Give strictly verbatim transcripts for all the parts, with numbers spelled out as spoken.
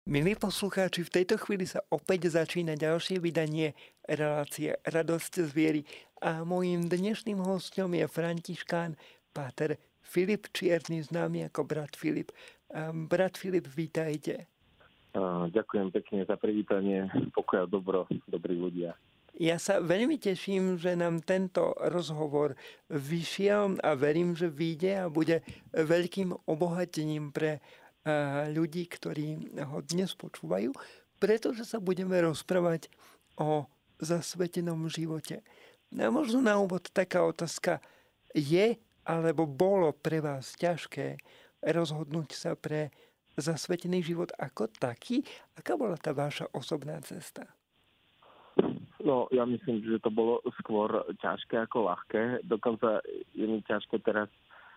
Milí poslucháči, v tejto chvíli sa opäť začína ďalšie vydanie relácie Radosť z viery a mojím dnešným hostom je františkán páter Filip Čierny, známy ako brat Filip. Brat Filip, vítajte. Ďakujem pekne za privítanie, pokoj a dobro, dobrí ľudia. Ja sa veľmi teším, že nám tento rozhovor vyšiel a verím, že vyjde a bude veľkým obohatením pre ľudí, ktorí ho dnes počúvajú, pretože sa budeme rozprávať o zasvetenom živote. A možno na úvod taká otázka: je alebo bolo pre vás ťažké rozhodnúť sa pre zasvetený život ako taký? Aká bola tá vaša osobná cesta? No, ja myslím, že to bolo skôr ťažké ako ľahké. Dokonca je mi ťažké teraz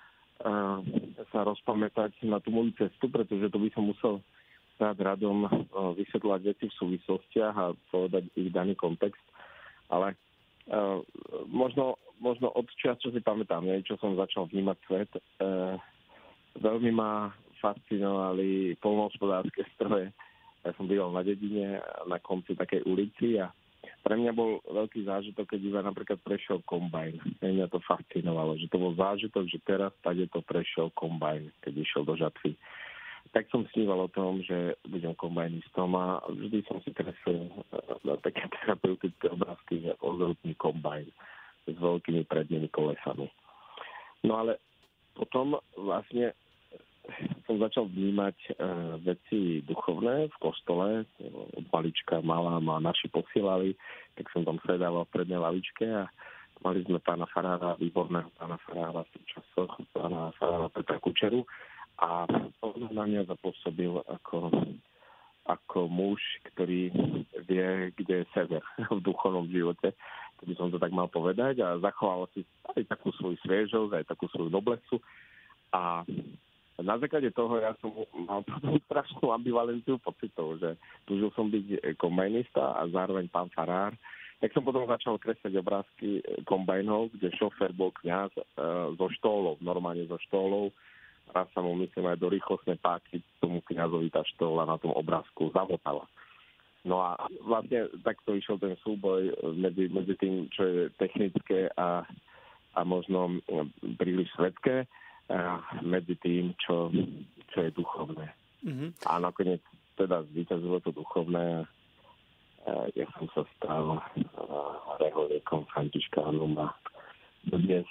uh, sa rozpamätať na tú moju cestu, pretože to by som musel dať radom uh, vysvetľovať veci v súvislostiach a povedať ich daný kontext. Ale uh, možno, možno od čas, čo si pamätám, nie, čo som začal vnímať svet, uh, veľmi ma fascinovali poľnohospodárske stroje. Ja som býval na dedine, na konci takej ulici a pre mňa bol veľký zážitok, keď iba napríklad prešiel kombajn. Mňa to fascinovalo, že to bol zážitok, že teraz tady to prešiel kombajn, keď išiel do žatvy. Tak som sníval o tom, že budem kombajnistom a vždy som si kreslil na také terapeutické obrázky, že ozrutný kombajn s veľkými prednými kolesami. No ale potom vlastne som začal vnímať e, veci duchovné v kostole. Od malička malá ma naši posielali, tak som tam sedával v prednej lavičke a mali sme pána farára, výborného pána farára v tých časoch, pána farára Petra Kučeru a on na mňa zapôsobil ako, ako muž, ktorý vie, kde je sever v duchovnom živote, keby som to tak mal povedať, a zachoval si aj takú svoju sviežosť, aj takú svoju noblesu a na základe toho ja som mal potom strašnú ambivalenciu pocitov, že túžil som byť kombajnista a zároveň pán farár. Tak som potom začal kresať obrázky kombajnov, kde šofér bol kňaz e, so štólou, normálne so štólou. Raz sa mu, myslím, aj do rýchlostnej páky tomu kňazovi tá štóla na tom obrázku zamotala. No a vlastne takto išiel ten súboj medzi, medzi tým, čo je technické a, a možno príliš svetské, medzi tým, čo, čo je duchovné. Mm-hmm. A nakoniec teda zvíťazilo to duchovné. Ja som sa stal reholníkom, františkánom a dnes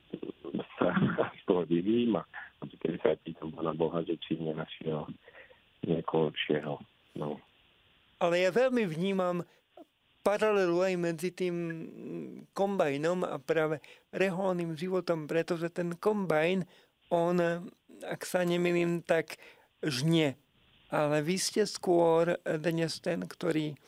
sa z toho divím a keď sa aj pýtam Pána Boha, že či nenašiel niekoho lepšieho. No. Ale ja veľmi vnímam paralelu aj medzi tým kombajnom a práve reholným životom, pretože ten kombajn, on, ak sa nemýlim, tak žnie. Ale vy ste skôr dnes ten, ktorý,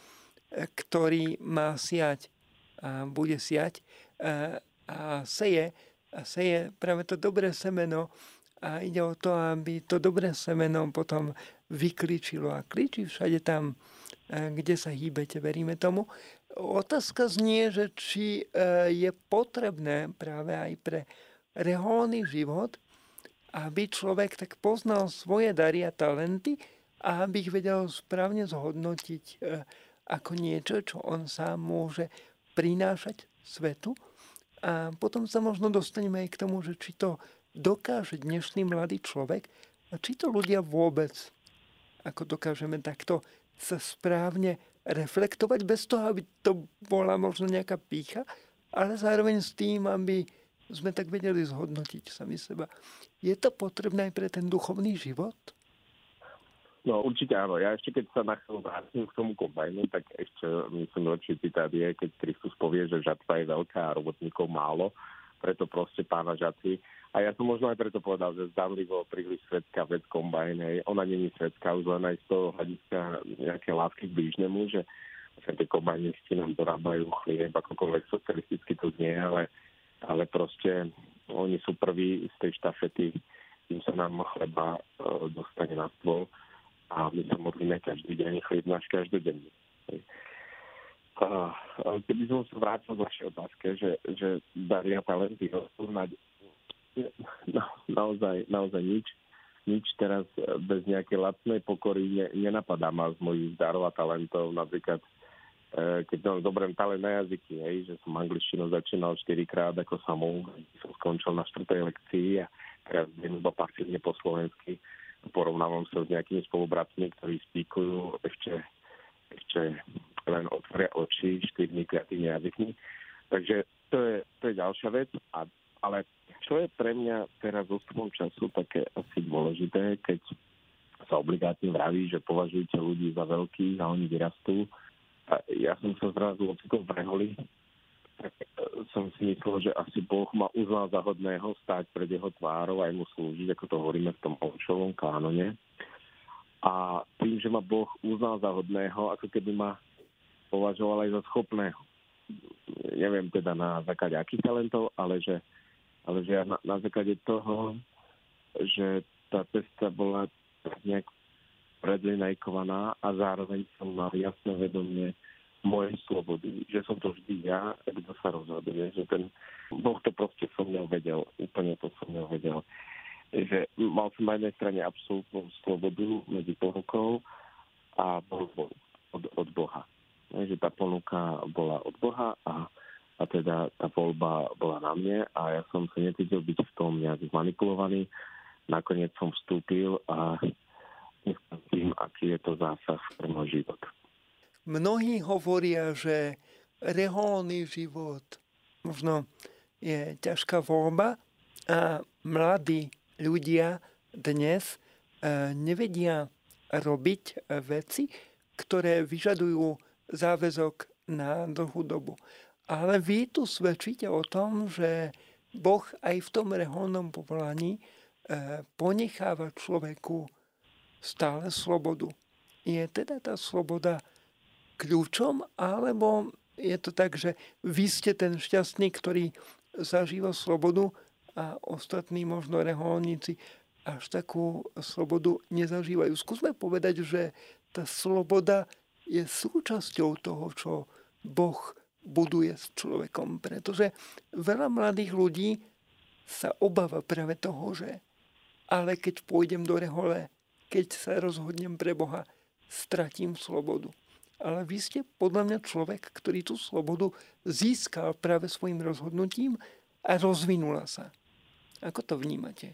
ktorý má siať a bude siať a, a seje, a seje práve to dobré semeno a ide o to, aby to dobré semeno potom vykličilo a kličí všade tam, kde sa hýbete, veríme tomu. Otázka znie, že či je potrebné práve aj pre reholný život, aby človek tak poznal svoje dary a talenty a aby ich vedel správne zhodnotiť ako niečo, čo on sám môže prinášať svetu. A potom sa možno dostaneme aj k tomu, že či to dokáže dnešný mladý človek a či to ľudia vôbec, ako dokážeme takto sa správne reflektovať bez toho, aby to bola možno nejaká pýcha, ale zároveň s tým, aby sme tak vedeli zhodnotiť sami seba. Je to potrebné aj pre ten duchovný život? No určite áno. Ja ešte keď sa na chvíľu vrátim k tomu kombajnu, tak ešte myslím lepší citát je, keď Kristus povie, že žatva je veľká a robotníkov málo, preto proste pána žatvy. A ja som možno aj preto povedal, že zdanlivo príliš svetská vec kombajn, hej. Ona nie je svetská, už len aj z toho hľadiska nejaké lásky k blížnemu, že tie kombajnisti nám dorábajú chlieb, akokoľvek socialisticky to znie, ale ale proste oni sú prví z tej štafety, tým sa nám chleba e, dostane na stôl a my sa modlíme každý deň, chlieb náš každodenný. A, keby som sa vrátil k vašej otázke, že, že dary a talenty rozpoznať, na, naozaj, naozaj nič nič teraz bez nejakej lacnej pokory ne, nenapadá ma z mojich darov a talentov. Napríklad, keď som zoberiem talent na jazyky, hej, že som angličtinu začínal štyrikrát ako samou, som skončil na štvrtej lekcii a teraz viem iba pasívne po slovensky. Porovnávam sa s nejakými spolubratmi, ktorí spíkujú ešte, ešte len otvoria oči štyrmi piatými jazykmi. Takže to je, to je ďalšia vec. A, ale čo je pre mňa teraz v ostrom času také asi dôležité, keď sa obligátne vraví, že považujete ľudí za veľkých a oni vyrastú. A ja som sa zrazu ocitol v reholi, tak som si myslel, že asi Boh ma uznal za hodného stáť pred jeho tvárou a mu slúžiť, ako to hovoríme v tom Olšovom kánone. A tým, že ma Boh uznal za hodného, ako keby ma považoval aj za schopného. Neviem teda na základe akých talentov, ale že, ale že ja na, na základe toho, že tá cesta bola nejak predlinajkovaná a zároveň som mal jasné vedomie mojej slobody, že som to vždy ja, kto sa rozhoduje, že ten Boh to proste so mnou vedel, úplne to so mnou vedel. Že mal som na jednej strane absolútnu slobodu medzi ponukou a voľbou od, od Boha. Že tá ponuka bola od Boha a, a teda tá voľba bola na mne a ja som sa necítil byť v tom nejak manipulovaný. Nakoniec som vstúpil a nechcem tým, aký je to zásah pre môj život. Mnohí hovoria, že reholný život možno je ťažká voľba a mladí ľudia dnes nevedia robiť veci, ktoré vyžadujú záväzok na dlhú dobu. Ale vy tu svedčíte o tom, že Boh aj v tom reholnom povolaní ponecháva človeku stále slobodu. Je teda tá sloboda kľúčom, alebo je to tak, že vy ste ten šťastný, ktorý zažíva slobodu a ostatní možno reholníci až takú slobodu nezažívajú. Skúsme povedať, že tá sloboda je súčasťou toho, čo Boh buduje s človekom, pretože veľa mladých ľudí sa obáva práve toho, že ale keď pôjdem do rehole, keď sa rozhodnem pre Boha, stratím slobodu. Ale vy ste podľa mňa človek, ktorý tú slobodu získal práve svojim rozhodnutím a rozvinula sa. Ako to vnímate?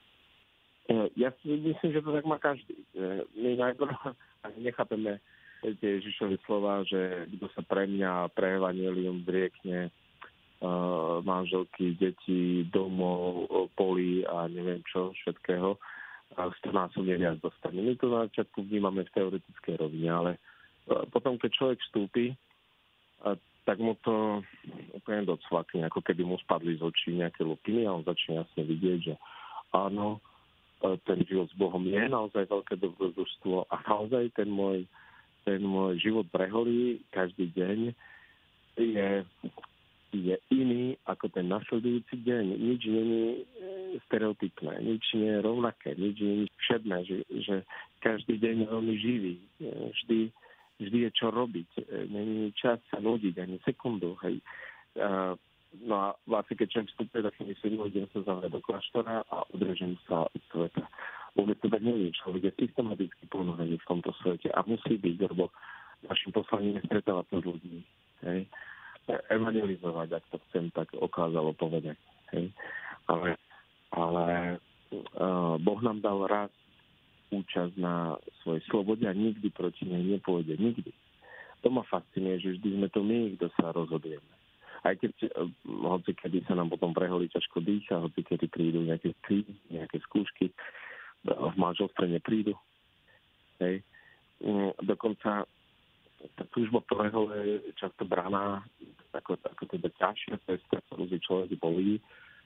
Ja si myslím, že to tak má každý. My najprv nechápeme tie Ježišove slova, že kto sa pre mňa, pre evanjelium zriekne uh, manželky, detí, domov, polí a neviem čo, všetkého, a stonásobne viac dostane. My to na začiatku vnímame v teoretickej rovine, ale potom, keď človek vstúpi, tak mu to úplne docvakne, ako keby mu spadli z očí nejaké lupiny a on začne jasne vidieť, že áno, ten život s Bohom je naozaj veľké dobrodružstvo a naozaj ten môj, ten môj život v reholi každý deň je, je iný ako ten nasledujúci deň. Nič nie je stereotypné, nič nie je rovnaké, nič nie je všedné, že, že každý deň je veľmi živý, vždy Vždy je čo robiť. Není čas sa nudiť ani sekundu. Hej. Uh, no a vlastne, keď človek vstúpuje, tak si myslí, že sa zavrie do kláštora a odrežem sa od sveta. Vôbec to tak nie je. Človek je systematicky ponorený v tomto svete a musí byť, lebo našim poslaním je stretávať sa s ľuďmi. Hej. Evangelizovať, ak to chcem tak okázalo povedať. Hej. Ale, ale uh, Boh nám dal raz účasť na svojej slobode a nikdy proti nej nepôjde. Nikdy. To ma fascinuje, že vždy sme to my, kto sa rozhodujeme. Aj keď, hoci kedy sa nám potom preholí ťažko dýcha, hoci kedy prídu nejaké krízy, nejaké skúšky, v manželstve neprídu. Hej. Dokonca tá túžba po rehole je často braná ako, ako teda ťažšia cesta, ktorú si človek bolí.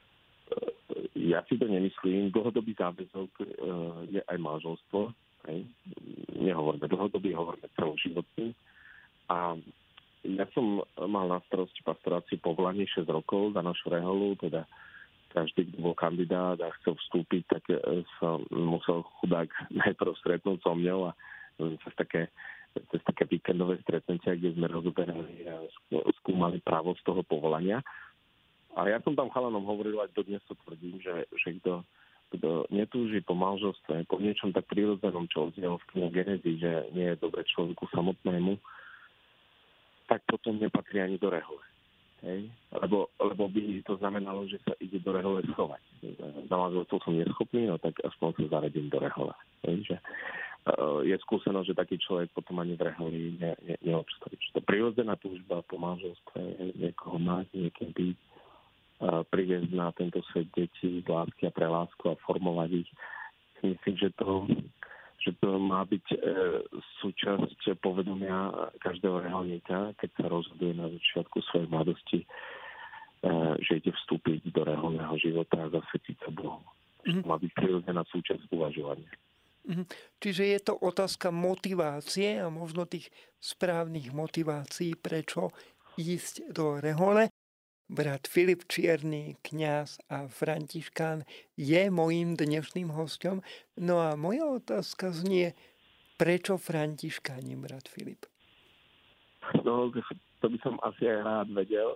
Ja si to nemyslím. Dlhodobý záväzok je aj manželstvo. Hej. Nehovoríme dlhodobý, hovoríme celoživotný. A ja som mal na starosti pastoráciu povolanie šesť rokov za našu reholu, teda každý, kto bol kandidát a chcel vstúpiť, tak sa musel chudák najprv stretnúť so mňou a cez také, cez také víkendové stretnutia, kde sme rozoberali a skúmali právo z toho povolania. A ja som tam chalanom hovoril, aj dodnes to tvrdím, že, že kto kto netúži po manželstve, po niečom tak prirodzenom, čo odznelo v knihe Genesis, že nie je dobre človeku samotnému, tak potom nepatrí ani do rehole. Hej? Lebo, lebo by to znamenalo, že sa ide do rehole schovať. Za manželstvo som neschopný, no tak aspoň sa zaradím do rehole. Hej? Že, uh, je skúsenosť, že taký človek potom ani v reholi ne, ne, neobstojí. Čiže to prirodzená túžba po manželstve, niekoho mať, niekým byť, priviesť na tento svet deti z lásky a pre lásku a formovať ich. Myslím, že to, že to má byť e, súčasť povedomia každého reholníka, keď sa rozhoduje na začiatku svojej mladosti, e, že ide vstúpiť do reholného života a zasvetiť sa Bohu. Mm-hmm. To má byť prirodzená súčasť uvažovania. Mm-hmm. Čiže je to otázka motivácie a možno tých správnych motivácií, prečo ísť do rehole. Brat Filip Čierny, kňaz a františkán, je mojím dnešným hosťom. No a moja otázka znie, prečo františkáni, brat Filip? No, to by som asi aj rád vedel.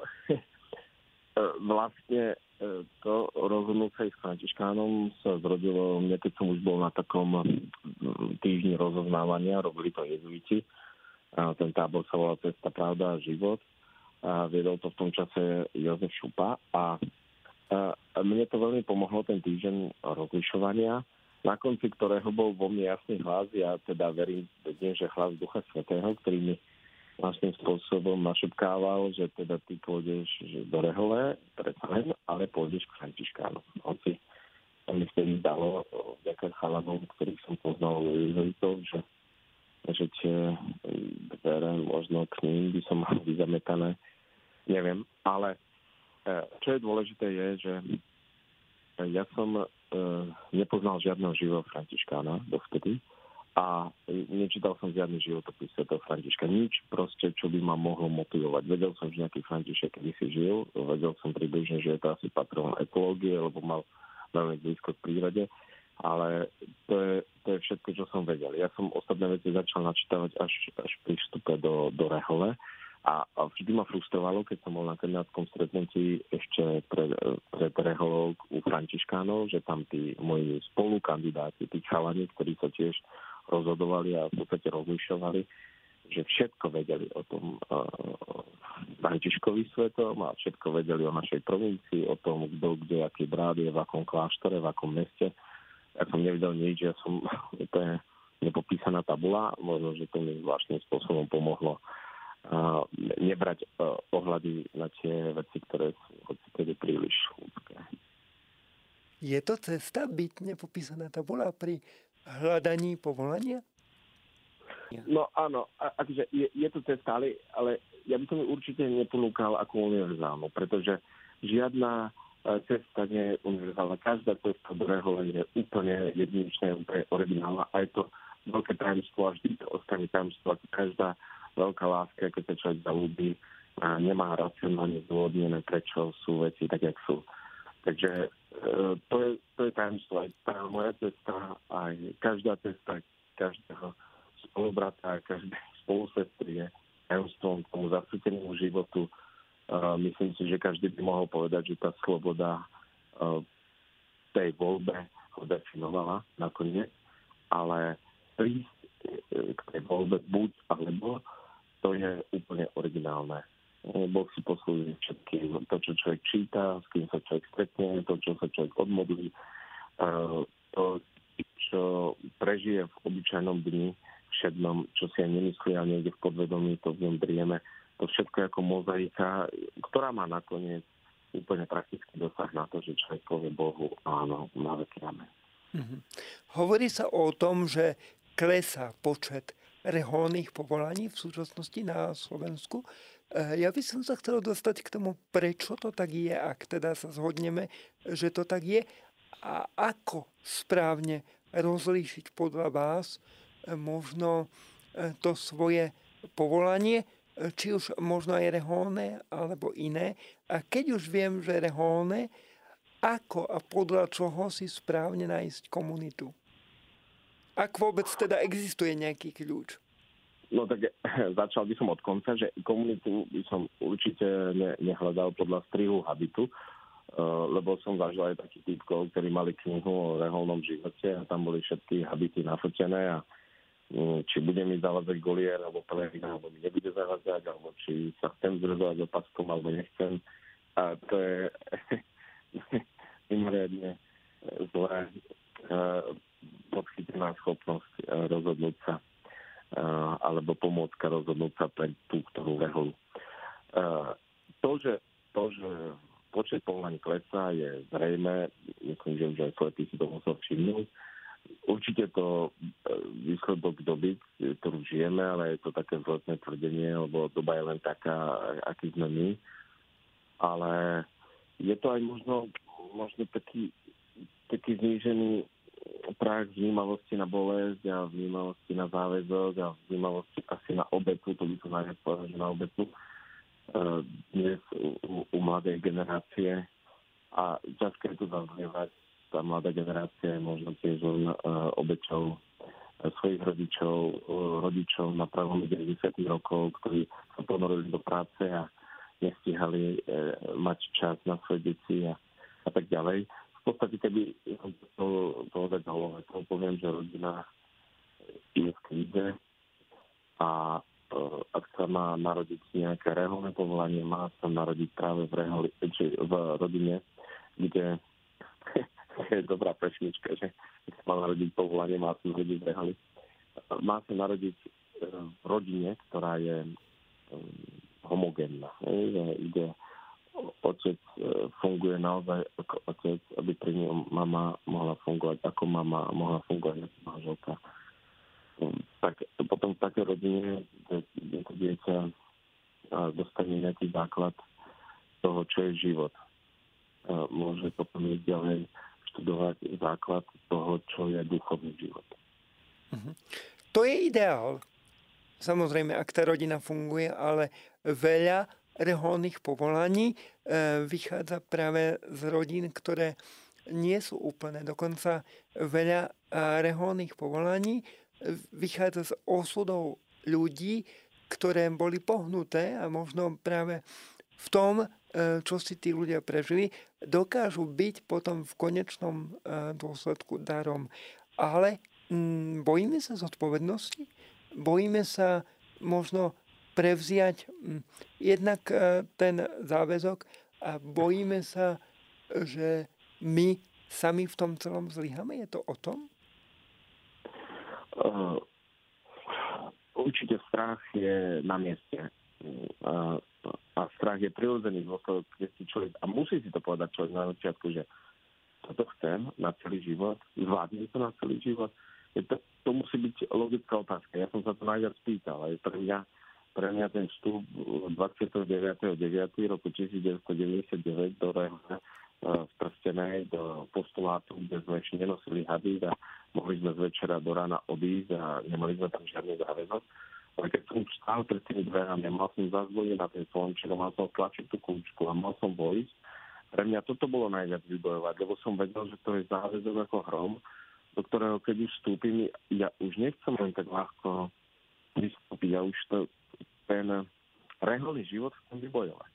Vlastne to rozhodnúť sa s františkánom sa zrodilo mne, keď som už bol na takom týždni rozoznávania, robili to jezuiti. Ten tábor sa volal Cesta, pravda a život. A viedol to v tom čase Jozef Šupa a, a mne to veľmi pomohlo ten týždeň rozlišovania, na konci ktorého bol vo mne jasný hlas, ja teda verím dnes, že hlas Ducha Svätého, ktorý mi vlastným spôsobom našepkával, že teda ty pôjdeš do rehole, predsa len, ale pôjdeš k františkánom. Hoci sa mi vtedy zdalo, vďaka chalanom, ktorých som poznal u jezuitov, že, že tie dvere možno k ním by som mal byť zametané. Neviem, ale čo je dôležité je, že ja som nepoznal žiadneho živého františkána dovtedy a nečítal som žiadny životopis svätého Františka. Nič proste, čo by ma mohlo motivovať. Vedel som, že nejaký František kedysi žil, vedel som približne, že je to asi patron ekológie, lebo mal veľmi blízko k prírode, ale to je, to je všetko, čo som vedel. Ja som ostatné veci začal načítavať až, až pri vstupe do, do rehole. A, a vždy ma frustrovalo, keď som bol na kandidátskom stretnutí ešte pred, pred reholou u františkánov, že tam tí moji spolukandidáti, tí chalani, ktorí sa tiež rozhodovali a v podstate rozlišovali, že všetko vedeli o tom uh, Františkovi svetom a všetko vedeli o našej provincii, o tom, kto kde, aký brat je, v akom kláštore, v akom meste. Ja som nevidel nič, ja som úplne nepopísaná tabula, možno, že to mi zvláštnym spôsobom pomohlo Uh, nebrať uh, ohľady na tie veci, ktoré sú hoci príliš ľudské. Je to cesta byť nepopísaná tabula pri hľadaní povolania? No áno, akože je, je to cesta, ale, ale ja by som ju určite neponúkal ako univerzálnu, pretože žiadna cesta nie je univerzálna. Každá cesta do rehole je úplne jedinečná, úplne originálna a je to veľké tajomstvo a vždy to ostane tajomstvo, ako každá veľká láska, keď sa človek zalúbi a nemá racionálne zdôvodnené, prečo sú veci tak, jak sú. Takže e, to, je, to je tajomstvo. Aj tá moja cesta, aj každá cesta každého spolubrata, každej spolusestry je tajomstvom k tomu zasvetenému životu. E, myslím si, že každý by mohol povedať, že tá sloboda e, tej voľbe ho definovala nakoniec, ale prísť k tej voľbe buď alebo to je úplne originálne. Boh si poslúži všetkým. To, čo človek číta, s kým sa človek stretne, to, čo sa človek odmodlí, to, čo prežije v obyčajnom dni, všednom, čo si aj nemyslí a niekde v podvedomí, to v ňom drieme. To všetko je ako mozaika, ktorá má nakoniec úplne praktický dosah na to, že človek povie Bohu áno, na veky amen. Mhm. Hovorí sa o tom, že klesá počet reholných povolaní v súčasnosti na Slovensku. Ja by som sa chcel dostať k tomu, prečo to tak je, ak teda sa zhodneme, že to tak je a ako správne rozlíšiť podľa vás možno to svoje povolanie, či už možno aj reholné alebo iné. A keď už viem, že reholné, ako a podľa čoho si správne nájsť komunitu? Ak vôbec teda existuje nejaký kľúč? No tak začal by som od konca, že komunitu by som určite ne, nehľadal podľa strihu habitu. lebo som zažil aj takých typkov, ktorí mali knihu o reholnom živote a tam boli všetky habity nafotené a či bude mi zavádzať golier alebo pelerina, alebo mi nebude zavádzať, alebo či sa chcem zrezovať opaskom, alebo nechcem. A to je mimoriadne zlé podchytená schopnosť rozhodnúť sa alebo pomôcka rozhodnúť sa pre tú, ktorú reholu. To, že, to, že počet povolaní klesá, je zrejme, myslím, že už aj slepý si to musel všimnúť. Určite to výsledok doby, ktorú žijeme, ale je to také vzletné tvrdenie, lebo doba je len taká, aký sme my. Ale je to aj možno, možno taký, taký znížený práh vnímavosti na bolesť a vnímavosti na záväzok a vnímavosti asi na obetu, to by som najviac povedal, že na obetu dnes u, u mladej generácie a ťažké je tu zaznievať. Tá mladá generácia je možno tiež len uh, obeťou svojich rodičov, uh, rodičov na pravom deväťdesiatych rokov, ktorí sa ponorili do práce a nestíhali uh, mať čas na svoje deti a, a tak ďalej. V podstate, keby som to povedať hlavne, to poviem, že rodina je v kríze a ak sa má narodiť nejaké reholné povolanie, má sa narodiť práve v, reholi, či v rodine, kde je dobrá prešnička, že sa má narodiť povolanie, má sa narodiť v reholi. Má sa narodiť v rodine, ktorá je homogénna, kde otec funguje naozaj ako otec, aby pri ňom mama mohla fungovať ako mama, mohla fungovať ako manželka. Tak potom v takej rodine, kde to dieťa dostane nejaký základ toho, čo je život. Môže potom ísť ďalej študovať základ toho, čo je duchovný život. Uh-huh. To je ideál. Samozrejme, ak tá rodina funguje, ale veľa reholných povolaní e, vychádza práve z rodín, ktoré nie sú úplné. Dokonca veľa e, reholných povolaní vychádza z osudov ľudí, ktoré boli pohnuté a možno práve v tom, čo si tí ľudia prežili, dokážu byť potom v konečnom dôsledku darom. Ale mm, bojíme sa zodpovednosti? Bojíme sa možno prevziať mm, jednak ten záväzok a bojíme sa, že my sami v tom celom zlyhame? Je to o tom? Uh, určite strach je na mieste. Uh, a strach je prirodzený dôsledok, keď si človek, a musí si to povedať človek na začiatku, že toto chcem na celý život, zvládnem to na celý život. Je to, to musí byť logická otázka. Ja som sa to najviac pýtal. Aj pre mňa, pre mňa ten vstup dvadsiateho deviateho deviateho roku devätnásťstodeväťdesiatdeväť do Rehole v Trstenej, do postulátu, kde sme ešte nenosili hadík a mohli sme z večera do rána odísť a nemali sme tam žiadny záväzok. Ale keď som stál pred tými dverami, mal som zazvoniť na ten slonček a mal som tlačiť tú kľúčku a mal som vojsť. Pre mňa toto bolo najviac vybojovať, lebo som vedel, že to je záväzok ako hrom, do ktorého keď už vstúpim, ja už nechcem len tak ľahko vystúpiť. Ja už to, ten reholný život chcem vybojovať.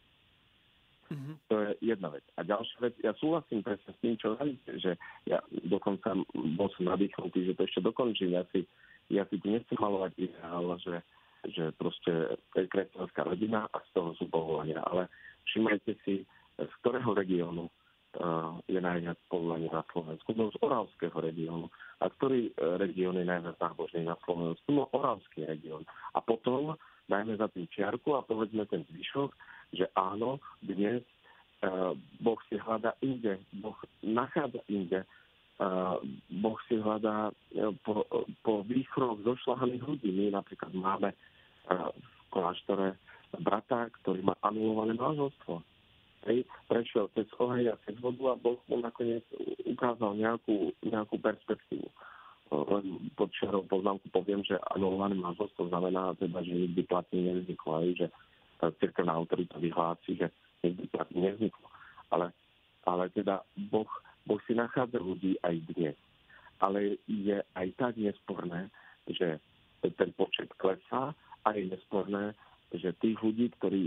Mm-hmm. To je jedna vec. A ďalšia vec, ja súhlasím presne s tým, čo hovoríte, že ja dokonca bol som nadýchnutý, že to ešte dokončím. Ja si, ja si tu nechcem malovať ideál, že, že proste je kresťanská rodina a z toho sú povolania. Ale všimajte si, z ktorého regiónu uh, je najviac povolania na Slovensku. No z Oravského regiónu. A ktorý uh, región je najviac nábožný na Slovensku? No Oravský región. A potom dajme za tým čiarku a povedzme ten zvyšok, že áno, dnes uh, Boh si hľadá inde, Boh nachádza inde, uh, Boh si hľadá uh, po, po výchroch zošľahaných ľudí. My napríklad máme uh, v kláštore brata, ktorý má anulované manželstvo. Hej, prešiel cez oheň a cez vodu a Boh mu nakoniec ukázal nejakú, nejakú perspektívu. Len pod čiarou poznámku poviem, že anulované manželstvo znamená teda, že nikdy platne nevzniklo, aj že cirkevná autorita vyhlási, že nikdy platne nevzniklo. Ale, ale teda boh, boh si nachádza ľudí aj dnes. Ale je aj tak nesporné, že ten počet klesá a je nesporné, že tých ľudí, ktorí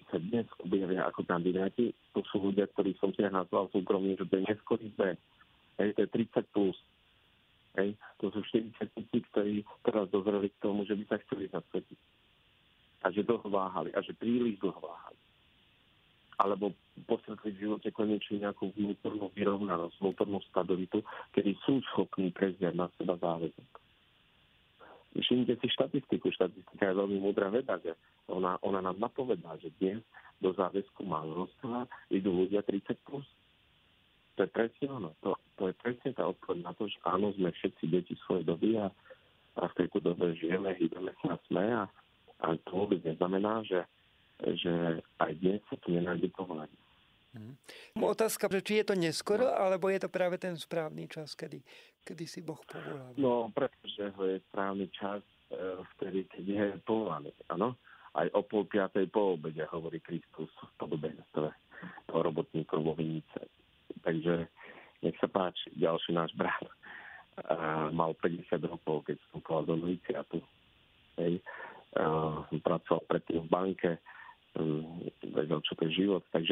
sa dnes objavia ako kandidáti, to sú ľudia, ktorí som si ja nazval súkromne, že to je neskorý zber. Hej, to je tridsať plus. Hej, to sú štyridsaťpäťky, ktorí teraz dozreli k tomu, že by sa chceli zasvetiť. A že dlho váhali. A že príliš dlho váhali. Alebo posvetli v živote konečne nejakú vnútornú vyrovnanosť, vnútornú stabilitu, kedy sú schopní prevziať na seba záväzok. Všimnite si štatistiku. Štatistika je veľmi múdra veda, že ona, ona nám napovedá, že dnes do záväzku manželstva idú ľudia tridsať plus. To je presne ono. To, to je presne tá odpoveď na to, že áno, sme všetci deti svojej doby a, a v tejto dobe žijeme, hýbeme sa, sme a, a to vôbec neznamená, že, že aj dnes sa tu nenájde povolanie. Hmm. Otázka, že či je to neskoro, alebo je to práve ten správny čas, kedy, kedy si Boh povolal? No, pretože ho je správny čas e, vtedy, keď je povolaný. Áno? Aj o pol piatej po obede hovorí Kristus v podobenstve o robotníkov vo vinice. Takže nech sa páči, ďalší náš brat a mal päťdesiat rokov, keď vstúpal do noviciatu. Hej. A pracoval predtým v banke, vedel, čo to je život. Takže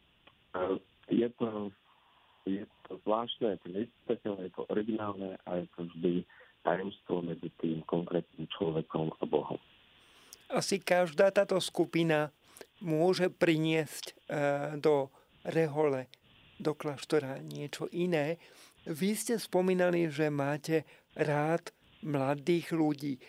je to, je to zvláštne, je to neistiteľné, je to originálne a je to vždy tajomstvo medzi tým konkrétnym človekom a Bohom. Asi každá táto skupina môže priniesť do rehole, do kláštora niečo iné. Vy ste spomínali, že máte rád mladých ľudí.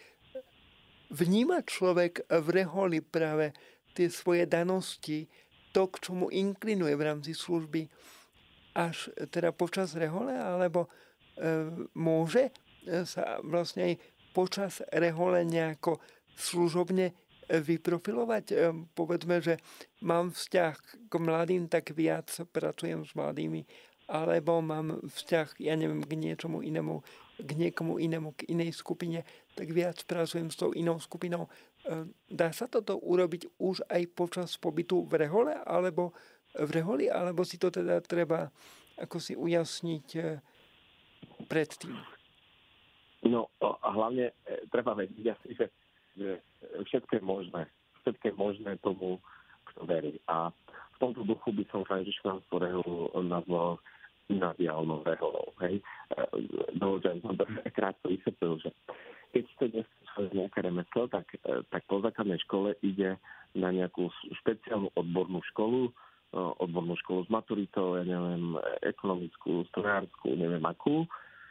Vníma človek v reholi práve tie svoje danosti, to, k čomu inklinuje v rámci služby, až teda počas rehole, alebo e, môže sa vlastne aj počas rehole nejako služobne vyprofilovať? E, povedzme, že mám vzťah k mladým, tak viac pracujem s mladými, alebo mám vzťah, ja neviem, k niečomu inému, k niekomu inému, k inej skupine, tak viac pracujem s tou inou skupinou. Dá sa toto urobiť už aj počas pobytu v rehole, alebo v reholi, alebo si to teda treba ako si ujasniť predtým? No a hlavne treba vedieť asi, že, že všetko je možné. Všetko je možné tomu, kto verí. A v tomto duchu by som františkánsku reholu nazval synadiálnou reholou. Hej? Dovolte, som to krátko vysvetlil, že keď ste dnes nejaké remeslo, tak, tak po základnej škole ide na nejakú špeciálnu odbornú školu, odbornú školu s maturitou, ja neviem, ekonomickú, strojárskú, neviem akú,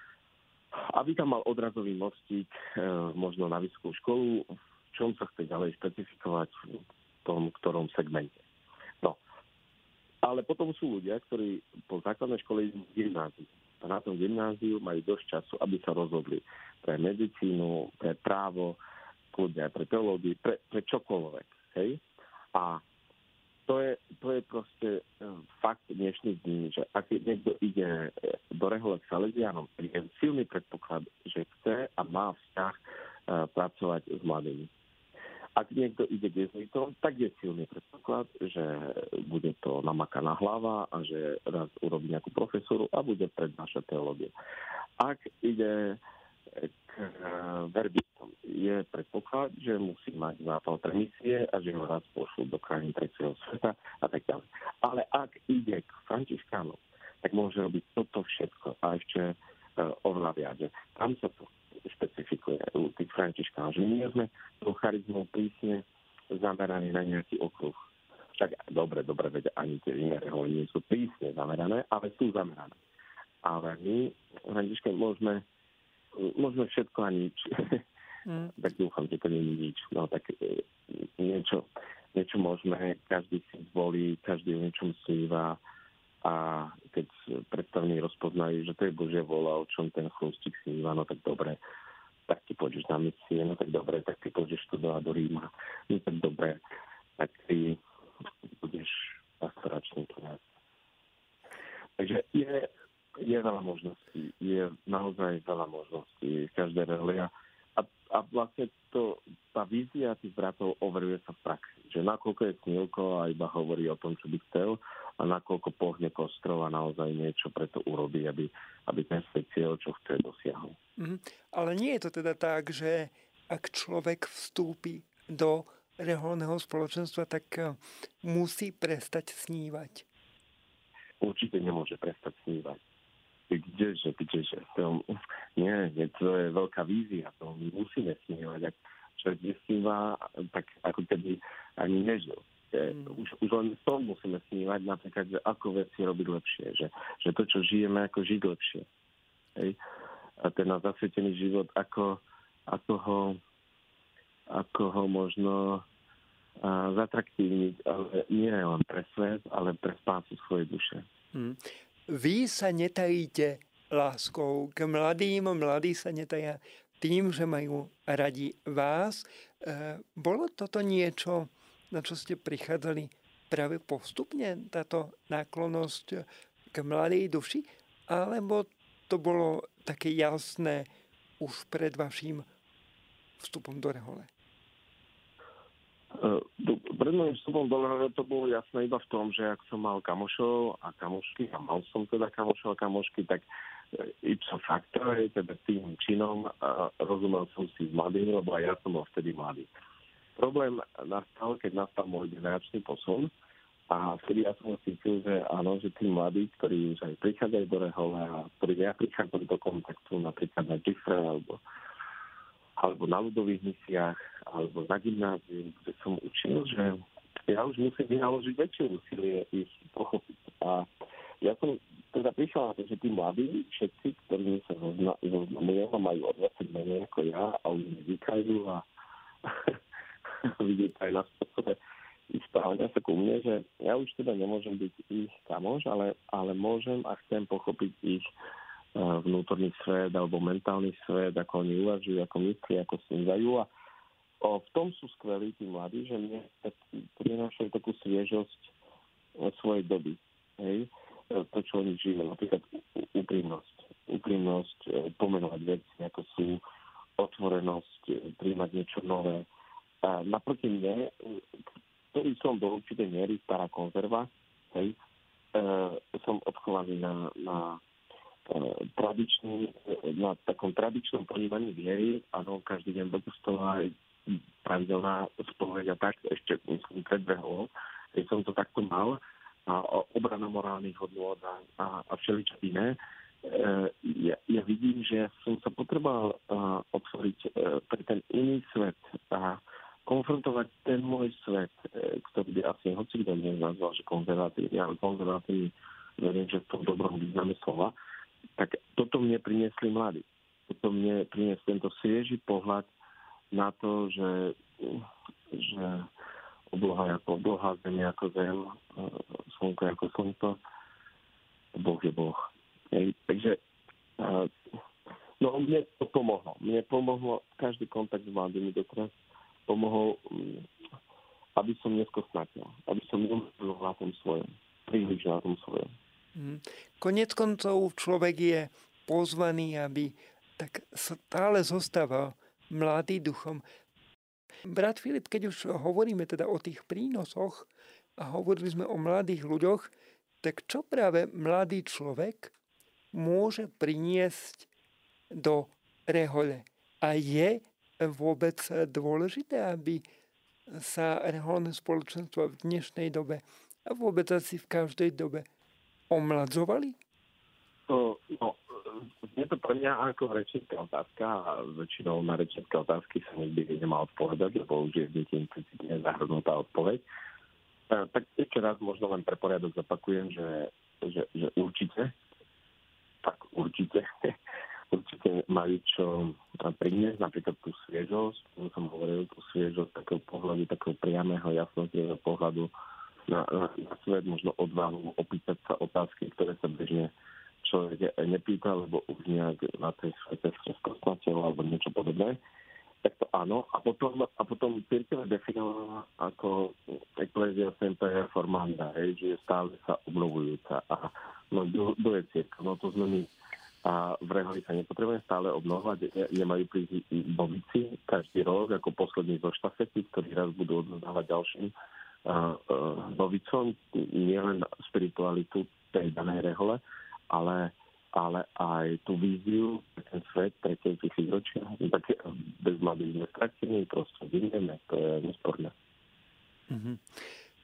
aby tam mal odrazový mostík možno na vysokú školu, v čom sa chce ďalej špecifikovať v tom, ktorom segmente. No. Ale potom sú ľudia, ktorí po základnej škole idú v gymnáziu. A na tom gymnáziu majú dosť času, aby sa rozhodli pre medicínu, pre právo, kľudne aj pre teológiu, pre, pre čokoľvek. Hej? A to je, to je proste fakt dnešných dní, že ak niekto ide do rehole k Salesianom, je silný predpoklad, že chce a má vzťah pracovať s mladými. Ak niekto ide k jezuitom, tak je silný predpoklad, že bude to namakaná hlava a že raz urobí nejakú profesoru a bude prednášať teológiu. Ak ide k verbistom, je predpoklad, že musí mať zápal pre misie a že ho raz pošlú do krajín tretieho sveta a tak ďalej. Ale ak ide k františkánom, tak môže robiť toto všetko a ešte oveľa viac. Tam sa to špecifikuje u tých františkánov, že my sme tou charizmou prísne zameraní na nejaký okruh. Tak dobre, dobre, veď ani tie iné reholy nie sú prísne zamerané, ale sú zamerané. Ale my, františkáni, môžeme, môžeme všetko a nič. Mm. Tak dúfam, že to nie je nič. No tak niečo, niečo môžeme, každý si zvolí, každý o niečom sníva a keď predstavní rozpoznajú, že to je Božia vôľa, o čom ten chrústik sníva, no tak dobre, tak ty pôjdeš na misie, no tak dobre, tak ty pôjdeš študovať do Ríma, no tak dobre, tak ty budeš pastoračný kňaz. Takže je, je veľa možností, je naozaj veľa možností v každej rehole. A, a vlastne to, tá vízia tých bratov overuje sa v praxi. Že nakoľko je snilko a iba hovorí o tom, čo by chcel, a nakoľko pohne kostrov a naozaj niečo preto urobí, aby, aby ten svoj cieľ, čo chce, dosiahol. Mm, ale nie je to teda tak, že ak človek vstúpi do reholného spoločenstva, tak musí prestať snívať. Určite nemôže prestať snívať. Kdeže, kdeže. To, nie, to je veľká vízia. To my musíme snívať. Ak človek nesníva, tak ako keby ani nežil. Mm. Už, už len z toho musíme snívať, napríklad, že ako veci robiť lepšie. Že, že to, čo žijeme, ako žiť lepšie. Hej? A ten na zasvetený život, ako, ako, ho, ako ho možno a, zatraktívniť, ale nie len pre svet, ale pre spásu svojej duše. Mm. Vy sa netajíte láskou k mladým, mladí sa netajia tým, že majú radi vás. E, bolo toto niečo, na čo ste prichádzali práve postupne, táto náklonnosť k mladej duši? Alebo to bolo také jasné už pred vaším vstupom do rehole? Pred môjim vstupom do rehole to bolo jasné iba v tom, že ak som mal kamošov a kamošky, a mal som teda kamošov a kamošky, tak ipso facto, teda tým činom rozumel som si s mladými, lebo aj ja som bol vtedy mladý. Problém nastal, keď nastal môj generačný posun a vtedy ja som cítil, že áno, že tí mladí, ktorí už aj prichádzajú do rehole a ktorí ja prichádzam do kontaktu napríklad na Gifre alebo alebo na ľudových misiách, alebo na gymnáziu, kde som učil, že ja už musím vynaložiť väčšie úsilie ich pochopiť. A ja som teda prišiel na to, že tí mladí, všetci, ktorí sa zoznamujú a majú o dvadsať menej ako ja a oni mi vykajú a vidíte aj na spôsobe ich správania sa ku mne, že ja už teda nemôžem byť ich kamoš, ale, ale môžem a chcem pochopiť ich vnútorný svet alebo mentálny svet, ako oni uvažujú, ako myslia, ako snívajú. A o, v tom sú skvelí tí mladí, že mne prinášajú takú sviežosť svojej doby. Hej? To, čo oni žijú, napríklad úprimnosť. Úprimnosť, pomenovať veci, ako sú, otvorenosť, príjmať niečo nové. A naproti mne, ktorý som do určitej miery stará konzerva, hej, e, som odchovaný na, na tradičný, na takom tradičnom ponímaní viery. Áno, každý deň do kostola aj pravidelná spoveď a tak, ešte myslím pred reholou. Keď som to takto mal a obrana morálnych hodnôt a, a, a všeličo iné, ja, ja vidím, že som sa potreboval otvoriť pre ten iný svet a konfrontovať ten môj svet, ktorý by asi hoci kto mne nazval, že konzervatívny, ale konzervatívny, verím, že v tom dobrom význame slova. Tak toto mne priniesli mladí. Toto mne priniesli tento svieži pohľad na to, že, že obloha je ako obloha, zem je ako zem, slnko je ako slnko, Boh je Boh. Hej. Takže no mne to pomohlo. Mne pomohlo každý kontakt s mladými doteraz. Pomohol, aby som neskosnatil. Aby som neumrel na tom svojom. Príliš na tom svojom. Konec koncov človek je pozvaný, aby tak stále zostával mladý duchom. Brat Filip, keď už hovoríme teda o tých prínosoch a hovorili sme o mladých ľuďoch, tak čo práve mladý človek môže priniesť do rehole? A je vôbec dôležité, aby sa reholné spoločenstvo v dnešnej dobe a vôbec asi v každej dobe omladzovali? No, no, je to pre mňa ako rečnícka otázka a väčšinou na rečnícke otázky sa nikdy nemá odpovedať, lebo už je v deti implicitne zahrnutá odpoveď. Tak ešte raz možno len pre poriadok zopakujem, že, že, že určite, tak určite, určite majú čo priniesť, napríklad tú sviežosť, ako som hovoril, tú sviežosť takého pohľadu, takého priamého, jasného pohľadu Na, na, na svet, možno odvahu opýtať sa otázky, ktoré sa bežne človek nepýta, lebo už nejak na tej svete skosnateľ alebo niečo podobné. Tak to áno. A potom, a potom cirkev definovala ako ecclesia semper reformanda, hej, že je stále sa obnovujúca. A no, kto je cirkev? No to sme my. A v reholi sa nepotrebujeme stále obnovovať. Je majú prísť bovici každý rok ako poslední zo štafety, ktorí raz budú odovzdávať ďalším novicom nielen spiritualitu tej danej rehole, ale, ale aj tú víziu, ten svet tretieho tisícročia. Tak bez mladých sme stratení, proste vynieme, to je nesporné.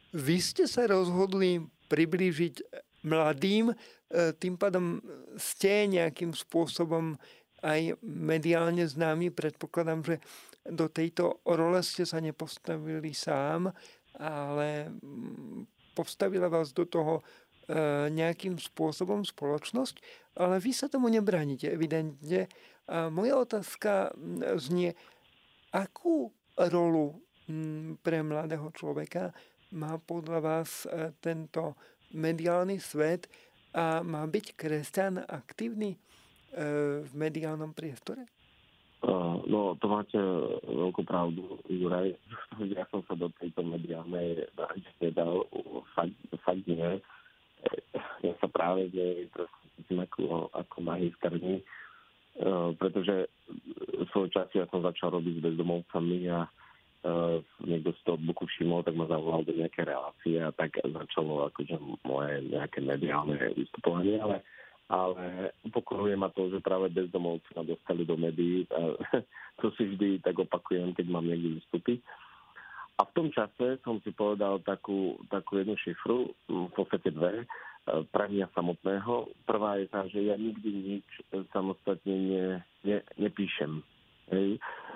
Vy ste sa rozhodli priblížiť mladým, tým pádom ste nejakým spôsobom aj mediálne známi. Predpokladám, že do tejto role ste sa nepostavili sám, ale postavila vás do toho nejakým spôsobom spoločnosť, ale vy sa tomu nebránite, evidentne. A moja otázka znie, akú rolu pre mladého človeka má podľa vás tento mediálny svet a má byť kresťan aktívny v mediálnom priestore? Uh, no, to máte veľkú pravdu, Juraj. Ja som sa do tejto mediálnej branže nedal, fakt, fakt nie. Ja sa práve cítim ako, ako magisterný, uh, pretože svoj čas ja som začal robiť s bezdomovcami a uh, niekto z toho boku všimol, tak ma zavolal do nejaké relácie a tak začalo akože moje nejaké mediálne vystupovanie, ale ale pokoruje ma to, že práve bezdomovci ma dostali do médií a to si vždy tak opakujem, keď mám niekde vystúpiť. A v tom čase som si povedal takú, takú jednu šifru, v podstate dve, pre mňa samotného. Prvá je tá, že ja nikdy nič samostatne ne, ne, nepíšem. Hej.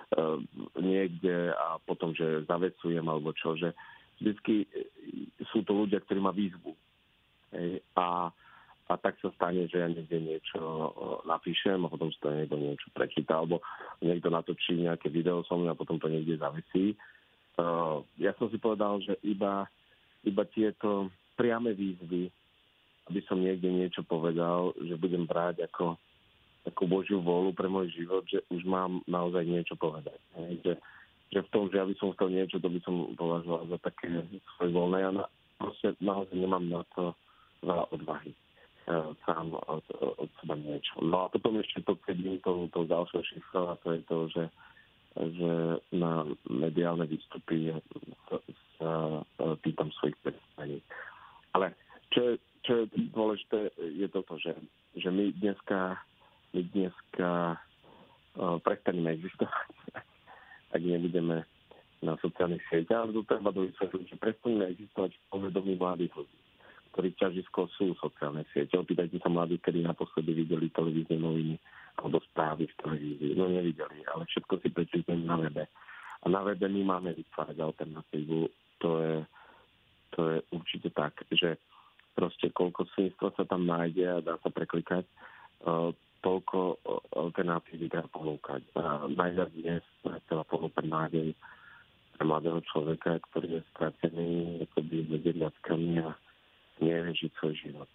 Niekde a potom, že zavecujem alebo čo, že vždycky sú to ľudia, ktorí ma výzvu. Hej. A A tak sa stane, že ja niekde niečo napíšem a potom sa niekto niečo prečíta, alebo niekto natočí nejaké video so mnou a potom to niekde zavesí. Uh, ja som si povedal, že iba, iba tieto priame výzvy, aby som niekde niečo povedal, že budem brať ako takú Božiu vôľu pre môj život, že už mám naozaj niečo povedať. Hej? Že, že v tom, že aby som chcel niečo, to by som považoval za také svojvoľné. Ja na, proste naozaj nemám na to veľa odvahy sám od, od seba niečo. No a potom ešte to predím tou, tou ďalšou šifrou a to je to, že, že na mediálne výstupy sa, sa pýtam svojich predstavení. Ale čo je, čo je dôležité, je toto, že, že my dneska, my dneska uh, prestaneme existovať, ak nebudeme na sociálnych sieťach, ale to treba dovysvetliť, že prestaneme existovať v povedomí mladých ľudí, ktorí ťažisko sú sociálne siete. Opýtajte sa mladých, kedy naposledy videli televízne noviny alebo správy v televízii. No nevideli, ale všetko si prečítajú na webe. A na webe my máme vytvárať alternatívu. To je, to je určite tak, že proste koľko svinstva sa tam nájde a dá sa preklikať, uh, toľko alternatívy dá ponúkať. A najviac dnes chcela ponúkať nádej pre mladého človeka, ktorý je stratený akoby medzi riadkami a nevie žiť svoj život.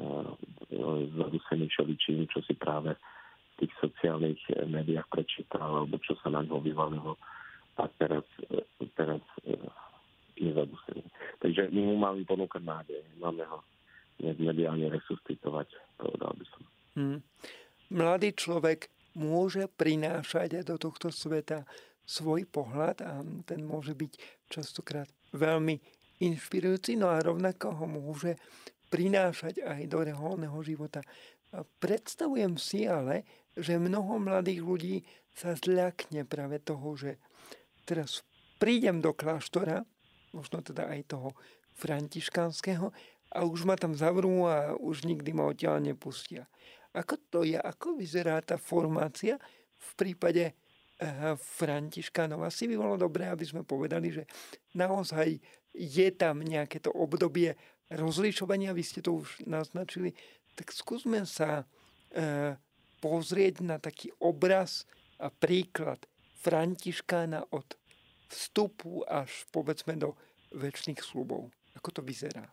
Zadusený všeličím, čo si práve v tých sociálnych médiách prečítal, alebo čo sa na ňo vyvalilo. A teraz, teraz je zadusený. Takže my mu máme ponúkať nádej. Máme ho mediálne resuscitovať, povedal by som. Hmm. Mladý človek môže prinášať do tohto sveta svoj pohľad a ten môže byť častokrát veľmi inšpirujúci, no a rovnako ho môže prinášať aj do reálneho života. A predstavujem si ale, že mnoho mladých ľudí sa zľakne práve toho, že teraz prídem do kláštora, možno teda aj toho františkánskeho, a už ma tam zavrú a už nikdy ma odtiaľ nepustia. Ako to je? Ako vyzerá tá formácia v prípade františkánov? Asi by bolo dobré, aby sme povedali, že naozaj je tam nejaké to obdobie rozlišovania, vy ste to už naznačili, tak skúsme sa e, pozrieť na taký obraz a príklad františkána od vstupu až povedzme do večných sľubov. Ako to vyzerá?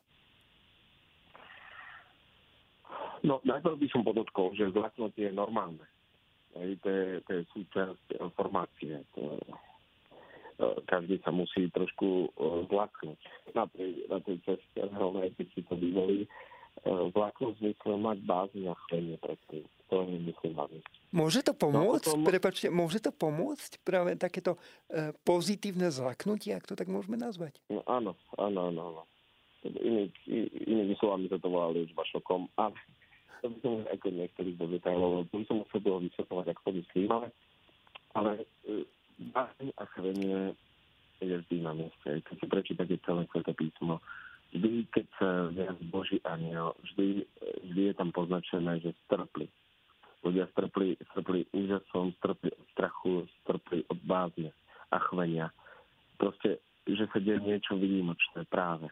No, najprv by som podotkol, že zlaknutie je normálne. Hej, to je, to je súčasť formácie. To, každý sa musí trošku zlaknúť na tej, na tej ceste, hlavne keď si to vyvolí. Zlaknúť zmysle mať bázi a chlenie predtým. To je myslím hlavne. Môže to pomôcť? No, potom... Prepáčte, môže to pomôcť práve takéto e, pozitívne zlaknutie, ak to tak môžeme nazvať? No, áno, áno, áno. áno. Iní, iní slovami to volali už bašokom, ale to by som ako niektorých do detailov, to by som musel toho vysvetľovať, ako to myslím, ale, ale bázeň a chrenie je vždy stojí na mieste. Keď si prečítate celé Sväté písmo, vždy, keď sa viac Boží aniel, vždy, vždy je tam poznačené, že strpli. Ľudia strpli, strpli úžasom, strpli od strachu, strpli od bázne a chvenia. Proste, že sa deje niečo výnimočné práve.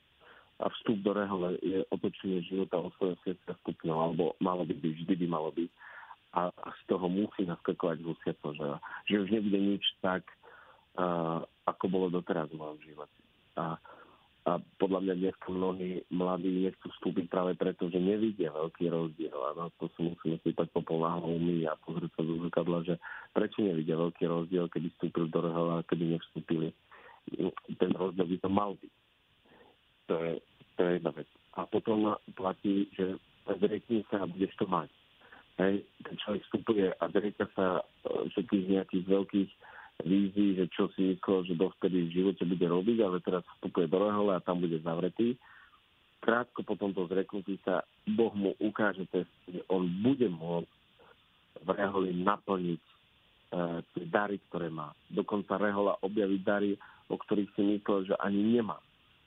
A vstup do rehole je otočenie života o svojho sveta stupňov, alebo malo by byť, vždy by malo byť. A, a z toho musí naskakovať husiaco, že, že už nebude nič tak, uh, ako bolo doteraz v mojom živote. A, a podľa mňa dnes mnohí mladí nechcú vstúpiť práve preto, že nevidia veľký rozdiel. A na to si musíme sypať popol na hlavu my a pozrieť sa do zrkadla, že prečo nevidia veľký rozdiel, keby vstúpili do rehola a keby nevstúpili. Ten rozdiel by to mal byť. To je, to je jedna vec. A potom platí, že zriekni sa a budeš to mať. Hej, ten človek vstupuje a zrieka sa všetkých nejakých veľkých vízií, že čo si myslel, že dovtedy v živote bude robiť, ale teraz vstupuje do rehole a tam bude zavretý. Krátko po tomto zreknutí sa Boh mu ukáže, že on bude môcť v reholi naplniť uh, tie dary, ktoré má. Dokonca rehola objaviť dary, o ktorých si myslel, že ani nemá.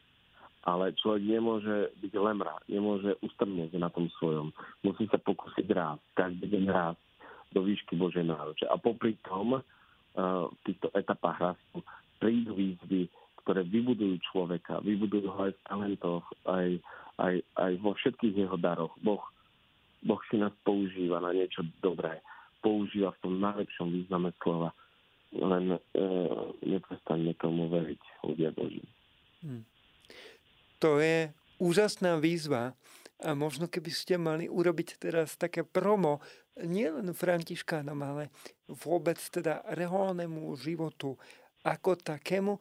Ale človek nemôže byť lemra, nemôže ustrnieť na tom svojom. Musí sa pokúsiť rásť, každý deň rásť do výšky Božej náruče. A popri tom uh, v týchto etapách rastu prídu výzvy, ktoré vybudujú človeka, vybudujú ho aj v talentoch, aj, aj, aj vo všetkých jeho daroch. Boh, boh si nás používa na niečo dobré. Používa v tom najlepšom význame slova. Len uh, neprestaňme tomu veriť, ľudia Boží. Hmm. To je úžasná výzva a možno keby ste mali urobiť teraz také promo nielen františkánom, ale vôbec teda reholnému životu ako takému,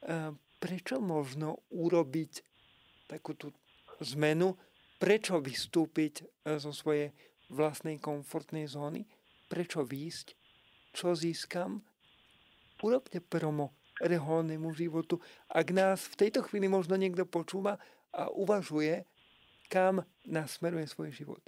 prečo možno urobiť takúto zmenu, prečo vystúpiť zo svojej vlastnej komfortnej zóny, prečo výjsť, čo získam. Urobte promo reholnému životu. Ak nás v tejto chvíli možno niekto počúva a uvažuje, kam nasmeruje svoj život.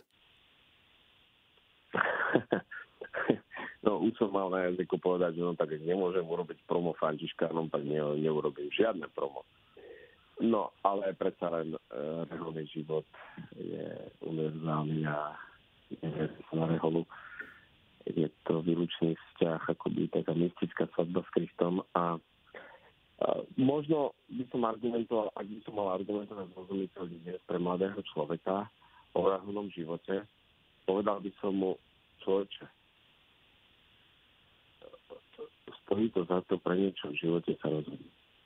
No, už som mal na jazyku povedať, že no tak nemôžem urobiť promo františkánom, tak ne, neurobím žiadne promo. No, ale predsa len e, reholný život je univerzálny a neviem sa na reholu. Je to výlučný vzťah, akoby taká mystická svadba s Kristom a Uh, možno by som argumentoval, ak by som mal argumentovať zrozumiteľne dnes pre mladého človeka o reholnom živote, povedal by som mu, človeče, stojí to za to, pre niečo v živote sa rozhodnúť.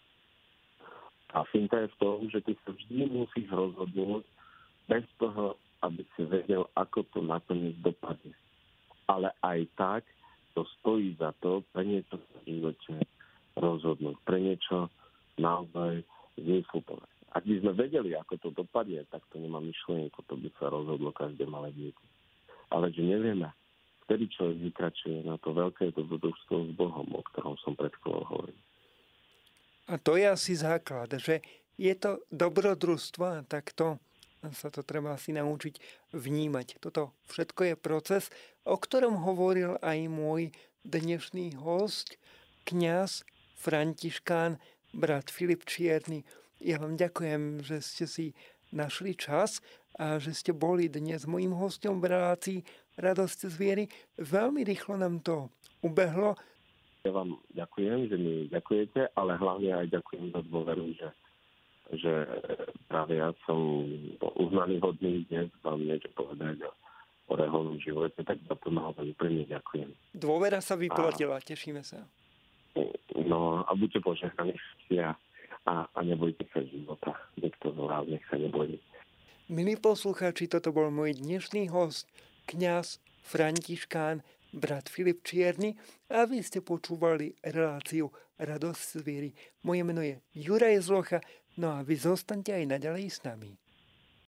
A finta je v tom, že ty sa vždy musíš rozhodnúť bez toho, aby si vedel, ako to nakoniec dopadne. Ale aj tak to stojí za to, pre niečo sa v živote rozhodnúť, pre niečo naozaj zmysluplné. Ak by sme vedeli, ako to dopadne, tak to nemá myšlienku, to by sa rozhodlo každé malé dieťa. Ale že nevieme, vtedy človek vykračuje na to veľké dobrodružstvo s Bohom, o ktorom som pred chvíľou hovoril. A to je asi základ, že je to dobrodružstvo a takto sa to treba asi naučiť vnímať. Toto všetko je proces, o ktorom hovoril aj môj dnešný hosť, kňaz františkán, brat Filip Čierny. Ja vám ďakujem, že ste si našli čas a že ste boli dnes mojím hosťom v relácii Radosť z viery. Veľmi rýchlo nám to ubehlo. Ja vám ďakujem, že mi ďakujete, ale hlavne aj ďakujem za dôveru, že, že práve ja som uznaný hodný dnes vám niečo povedať o reholnom živote, tak za to naozaj úprimne ďakujem. Dôvera sa vyplatila, a... tešíme sa. No a buďte požehnaní a, a, a nebojte sa života. Niekto z vás nech sa nebojí. Milí poslucháči, toto bol môj dnešný host, kňaz františkán, brat Filip Čierny a vy ste počúvali reláciu Radosť z viery. Moje meno je Juraj Zlocha, no a vy zostaňte aj naďalej s nami.